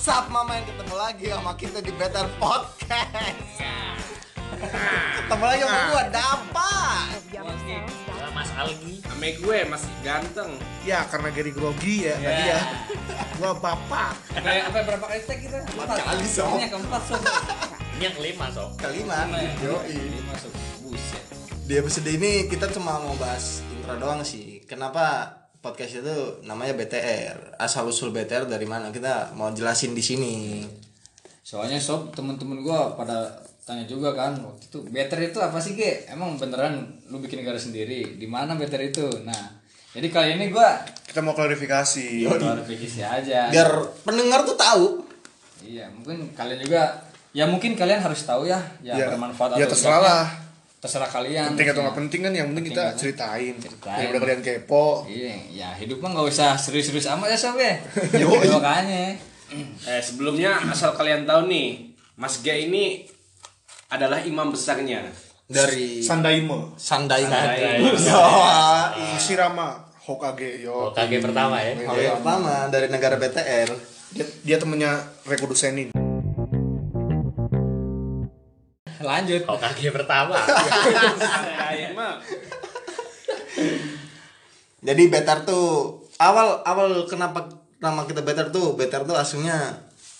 What's up mama, yang ketemu lagi sama kita di Better Podcast. Ketemu lagi sama gua Dapat. Mas Algi. Sama gue masih ganteng. Ya karena Gary grogi ya tadi ya. Gua bapak. Apa berapa kali tag kita? 4 kali sob. Ini yang keempat sob. Ini yang kelima sob. Kelima. Yoi. Kelima sob. Buset. Di episode ini kita cuma mau bahas intro doang sih. Kenapa podcast itu namanya BTR? Asal usul BTR dari mana? Kita mau jelasin di sini. Soalnya sob, temen-temen gua pada tanya juga kan waktu itu, BTR itu apa sih Ge? Emang beneran lu bikin negara sendiri? Di mana BTR itu? Nah, jadi kali ini gua Kita mau klarifikasi. klarifikasi aja. Biar pendengar tuh tahu. Iya, mungkin kalian juga, ya mungkin kalian harus tahu ya, ya bermanfaat Ya atau terserah tidaknya. lah. Terserah kalian. Penting atau nggak penting kan yang penting kita Penting, ceritain. Ceritain. Daripada kalian kepo. Iya, ya hidup mah nggak usah serius-serius amat ya sob ya. Makanya. Sebelumnya asal kalian tahu nih, Mas G ini adalah imam besarnya. Dari Sandaime. Sandai. Shirama Hokage yo. Hokage pertama ya. Hal yang pertama dari negara BTR. Dia temennya Rekudu Senin. Lanjut. Hokage pertama. Saya mah Jadi BTR tuh awal kenapa nama kita BTR tuh aslinya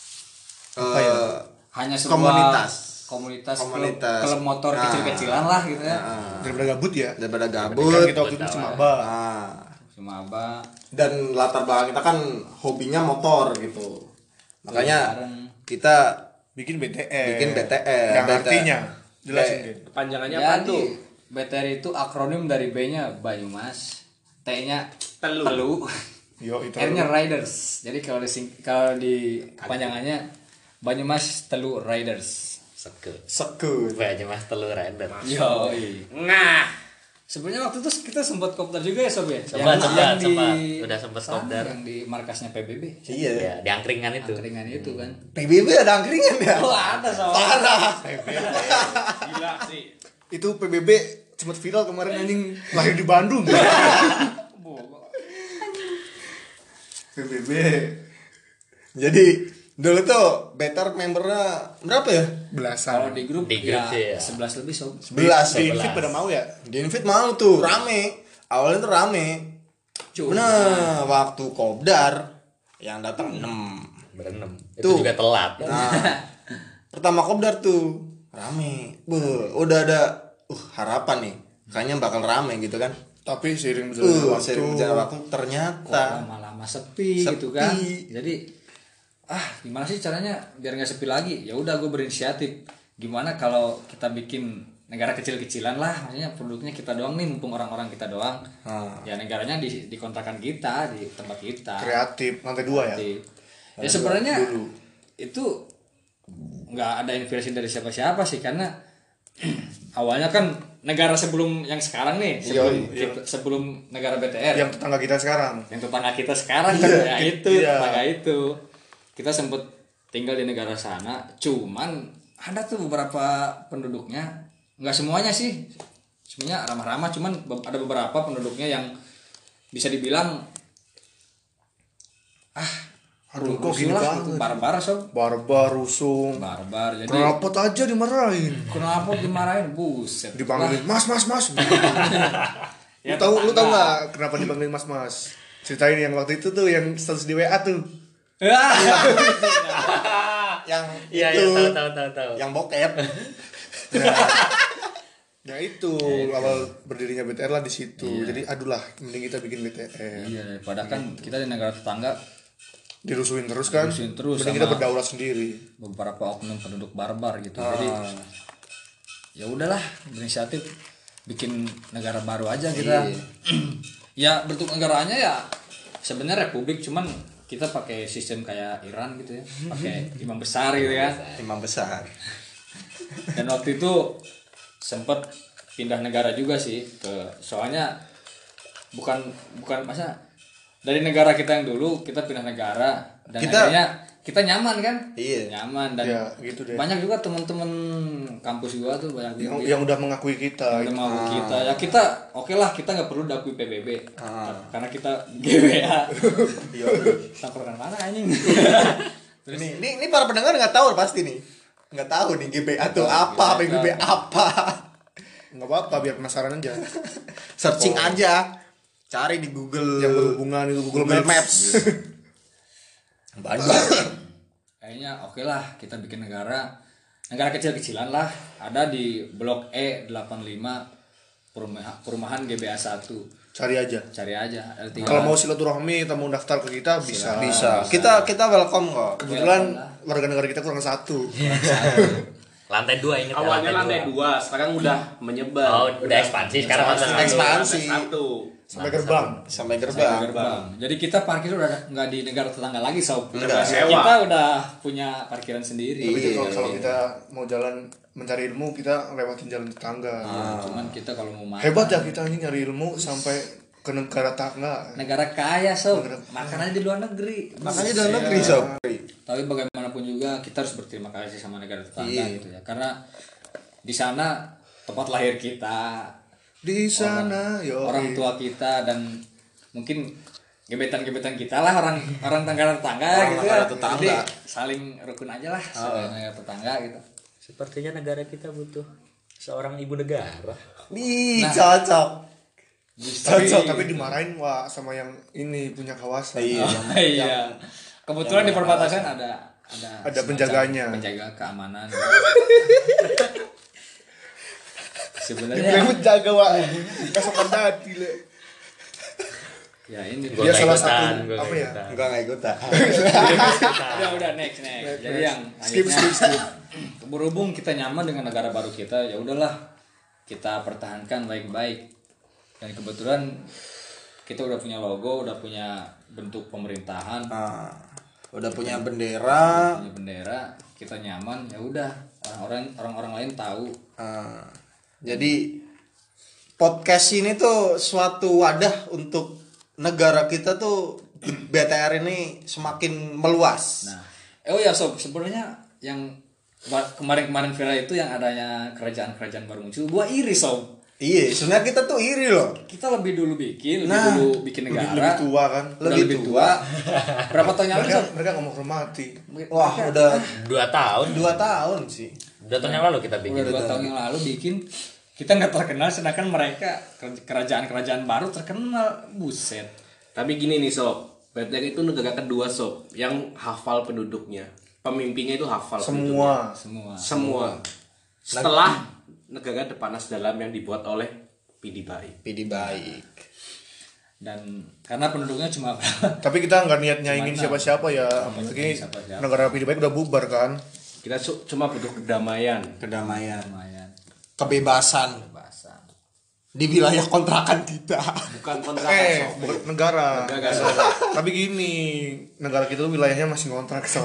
Hanya sebuah komunitas klub motor kecil-kecilan lah gitu ya. Daripada gabut ya. Daripada Kan gabut. kita waktu itu cuma ba. Cuma apa? Dan latar belakang kita kan hobinya motor gitu. Makanya Bareng. kita Bikin BTR. BTR. Yang artinya jelasin Gen. kepanjangannya apa Jadi tuh? BTR itu akronim dari B-nya Banyumas, T-nya Telu. Yo itu. R-nya Riders. Jadi kalau di kepanjangannya Banyumas Telu Riders. sekut. Banyumas Telur Rider. Yo. Nah, Sebenarnya waktu itu kita sempat kopdar juga ya sob ya. Sempat. Udah sempat sana, kopdar. yang di markasnya PBB. Iya. Ya, di angkringan itu. Angkringan itu kan. PBB ada angkringan ya? Oh ada sob. Parah. gila sih. Itu PBB sempat viral kemarin anjing lahir di Bandung. PBB. Jadi dulu tuh BTR membernya berapa ya? Kalau Belasan. di grup, Di grup sih ya. 11 lebih sob. 11. Di invite pada mau ya. Di invite mau tuh rame. Awalnya tuh rame. Nah, waktu kopdar yang datang 6. Berenem. Tuh. Itu juga telat. Nah, pertama kopdar tuh rame. Udah ada harapan nih. Kayaknya bakal rame gitu kan. Tapi seiring berjalannya waktu. Seiring berjalan waktu Kok ternyata lama-lama sepi gitu kan. Sepi. Jadi gimana sih caranya biar nggak sepi lagi? Ya udah gue berinisiatif. Gimana kalau kita bikin negara kecil-kecilan lah, maksudnya produknya kita doang nih, mumpung orang-orang kita doang. Ya negaranya di kontrakan kita, di tempat kita. Kreatif lantai 2 ya. Ya sebenarnya itu nggak ada inspirasi dari siapa-siapa sih, karena awalnya kan negara sebelum yang sekarang nih, sebelum negara BTR, Yang tetangga kita sekarang. yang tetangga kita sekarang kan ya itu tetangga itu, kita sempet tinggal di negara sana, cuman ada tuh beberapa penduduknya, nggak semuanya sih, semuanya ramah-ramah, cuman ada beberapa penduduknya yang bisa dibilang Aduh kok gini lah, banget. gitu, barbar sob, Barbar, rusung. barbar. Jadi Kenapa aja dimarahin? kenapa dimarahin, buset, Dipanggilin mas. Ya, lu tahu tetangga. nggak kenapa dipanggilin mas? Ceritain yang waktu itu tuh yang status di WA tuh. yang Iya, itu tahu. yang bokep. Ya itu awal berdirinya BTR lah di situ. Jadi aduh lah, mending kita bikin BTR. Iya, daripada kan kita di negara tetangga Dirusuhin terus kan? Dirusuhin terus Mending kita sama- berdaulat sendiri. beberapa oknum penduduk barbar gitu. Jadi ya udahlah, berinisiatif bikin negara baru aja kita. Ya bentuk negaranya ya sebenarnya republik, cuman kita pakai sistem kayak Iran gitu ya, pakai imam besar gitu ya. Imam besar. Dan waktu itu sempet pindah negara juga sih, soalnya bukan masa dari negara kita yang dulu kita pindah negara, dan akhirnya kita nyaman kan. Iya. Nyaman, dan Ya, gitu deh. banyak juga teman-teman kampus gua tuh banyak Yang udah mengakui kita. udah mau kita, ya kita oke lah, kita nggak perlu diakui PBB karena kita GWA. Iya. Tangkrongan mana anjing. Ini para pendengar nggak tahu pasti nih. Nggak tahu nih GBA tuh apa, PBB apa. Nggak apa-apa, biar penasaran aja. Searching aja. Cari di Google Yang berhubungan itu Google Maps. Banyak. Kayaknya oke lah kita bikin negara kecil-kecilan lah, ada di Blok E85 perumahan GBA 1. Cari aja. Cari aja. Ada tiga. Kalau mau silaturahmi atau mau daftar ke kita bisa. Bisa. Kita welcome kok. Kebetulan warga negara kita kurang satu. Lantai 2 ini. Awalnya lantai 2, sekarang udah menyebar. Oh, udah ekspansi. Sekarang Ekspansi. Sampai gerbang. Sampai gerbang. Jadi kita parkir udah nggak di negara tetangga lagi, sob. Enggak. Kita udah punya parkiran sendiri. Tapi kalau kita mau jalan mencari ilmu, kita lewatin jalan tetangga. Cuman kita kalau mau makan, Hebat ya kita ini nyari ilmu sampai ke negara tetangga. negara kaya, sob. Makan aja di luar negeri. Makanya dalam negeri sob. Tapi bagaimanapun juga kita harus berterima kasih sama negara tetangga gitu ya. Karena di sana tempat lahir kita, Di sana orang tua kita, dan mungkin gebetan-gebetan kita lah, orang tetangga gitu ya. tetangga. Jadi saling rukun aja lah sebagai negara tetangga gitu. Sepertinya negara kita butuh seorang ibu negara. Nih, cocok. Tapi dimarahin sama yang ini punya kawasan. Iya. Kebetulan di perbatasan ada semacam penjaganya. penjaga keamanan. Dia Sebenarnya menjaga wah. Kasokan dadi le. ya ini Gua Dia nggak salah ikutan, satu, gua nggak apa ya? ikutan. Enggak ikutan. udah next. Jadi yang Skip. akhirnya berhubung kita nyaman dengan negara baru kita, ya udahlah kita pertahankan baik-baik. Dan kebetulan kita udah punya logo, udah punya bentuk pemerintahan, Udah punya bendera. punya bendera, kita nyaman, ya udah orang-orang lain tahu. Jadi podcast ini tuh suatu wadah untuk negara kita tuh BTR ini semakin meluas. Nah, ya sob, sebenarnya yang kemarin viral itu yang adanya kerajaan-kerajaan baru muncul, gua iri sob. Iya, sebenarnya kita tuh iri loh. Kita lebih dulu bikin negara. Lebih tua kan. Udah lebih tua. Berapa tahun yang lalu sob? Mereka ngomong hormati. Wah, udah 2 tahun. 2 tahun sih. 2 tahun yang lalu kita bikin. Udah 2 tahun yang lalu bikin. Kita nggak terkenal, sedangkan mereka kerajaan-kerajaan baru terkenal, buset. Tapi gini nih sob, BTR itu negara kedua sob yang hafal penduduknya. Pemimpinnya itu hafal Semua. Semua. Setelah negara Depanas Dalam yang dibuat oleh PD Baik. PD baik. Dan karena penduduknya cuma Tapi kita nggak niat nyaingin siapa-siapa ya. Apalagi siapa-siapa. negara pilih baik udah bubar kan. Kita cuma butuh kedamaian. Kedamaian, lumayan kebebasan bahasa. di wilayah kontrakan kita. Bukan kontrakan sob. Bukan negara. Negara. Tapi gini, negara kita tuh wilayahnya masih ngontrak sob.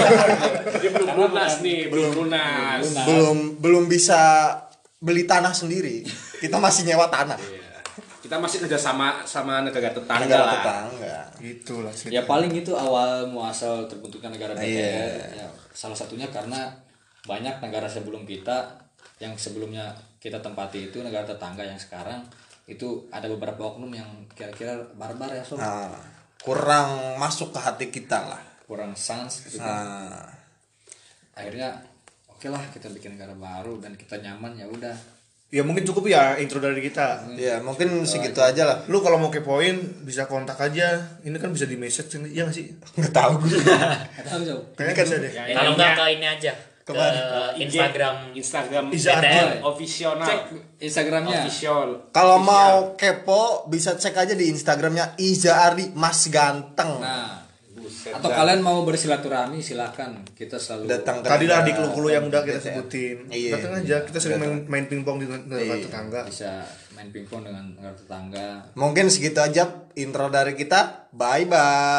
Dia belum lunas nih, belum lunas. Belum bisa beli tanah sendiri. Kita masih nyewa tanah. Kita masih kerja sama negara tetangga Negara lah. tetangga. Gitulah. Ya paling itu awal muasal terbentuknya negara BTR. Ya, salah satunya karena banyak negara sebelum kita yang sebelumnya kita tempati itu negara tetangga yang sekarang itu ada beberapa oknum yang kira-kira barbar ya sob. Kurang masuk ke hati kita lah. Kurang sans gitu kan. Akhirnya oke lah kita bikin negara baru dan kita nyaman, ya udah. Ya mungkin cukup ya intro dari kita. Ya mungkin segitu aja lah. Lu kalau mau kepoin bisa kontak aja. Ini kan bisa di message, iya nggak sih? Nggak tahu gue. Tahu sob. Kayaknya bisa deh. Kalau nggak ke ini aja. Ke Instagram Instagram BTR. official. Cek Instagramnya. Official. Kalau mau kepo bisa cek aja di Instagramnya Iza Ardi Mas Ganteng. Nah, atau kalian mau bersilaturahmi silakan, kita selalu Datang ke Tadi lah di negara clue yang udah kita BTR. sebutin. Iya. Datang aja, kita sering main pingpong di negara tetangga. bisa main pingpong dengan negara tetangga. Mungkin segitu aja intro dari kita. Bye bye.